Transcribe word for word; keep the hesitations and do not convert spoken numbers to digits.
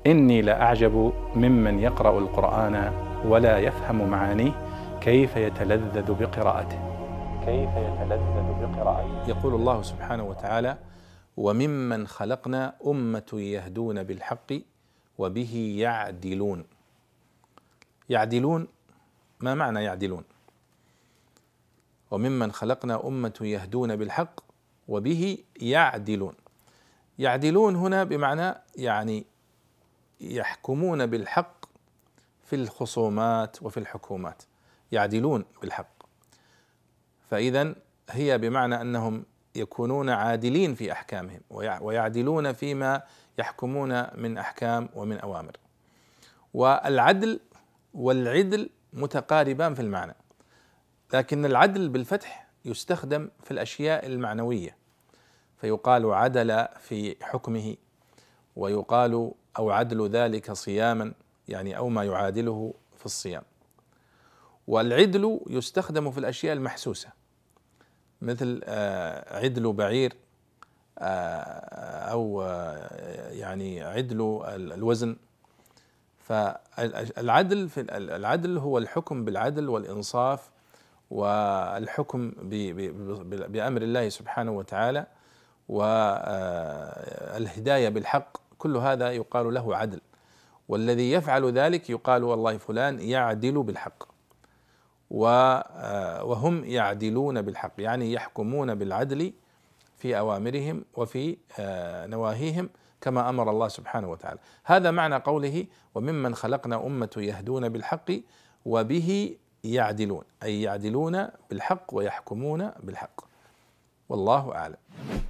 إني لأعجب ممن يقرأ القرآن ولا يفهم معانيه كيف يتلذذ بقراءته كيف يتلذذ بقراءته يقول الله سبحانه وتعالى: وممن خلقنا أمة يهدون بالحق وبه يعدلون. يعدلون، ما معنى يعدلون؟ وممن خلقنا أمة يهدون بالحق وبه يعدلون. يعدلون هنا بمعنى يعني يحكمون بالحق في الخصومات وفي الحكومات، يعدلون بالحق. فإذا هي بمعنى أنهم يكونون عادلين في أحكامهم ويعدلون فيما يحكمون من أحكام ومن أوامر. والعدل والعدل متقاربان في المعنى، لكن العدل بالفتح يستخدم في الأشياء المعنوية، فيقال عدل في حكمه، ويقال أو عدل ذلك صياما، يعني أو ما يعادله في الصيام. والعدل يستخدم في الأشياء المحسوسة، مثل عدل بعير أو يعني عدل الوزن. فالعدل في العدل هو الحكم بالعدل والإنصاف والحكم بأمر الله سبحانه وتعالى والهداية بالحق، كل هذا يقال له عدل. والذي يفعل ذلك يقال والله فلان يعدل بالحق، وهم يعدلون بالحق، يعني يحكمون بالعدل في أوامرهم وفي نواهيهم كما أمر الله سبحانه وتعالى. هذا معنى قوله: وممن خلقنا أمة يهدون بالحق وبه يعدلون، أي يعدلون بالحق ويحكمون بالحق. والله أعلم.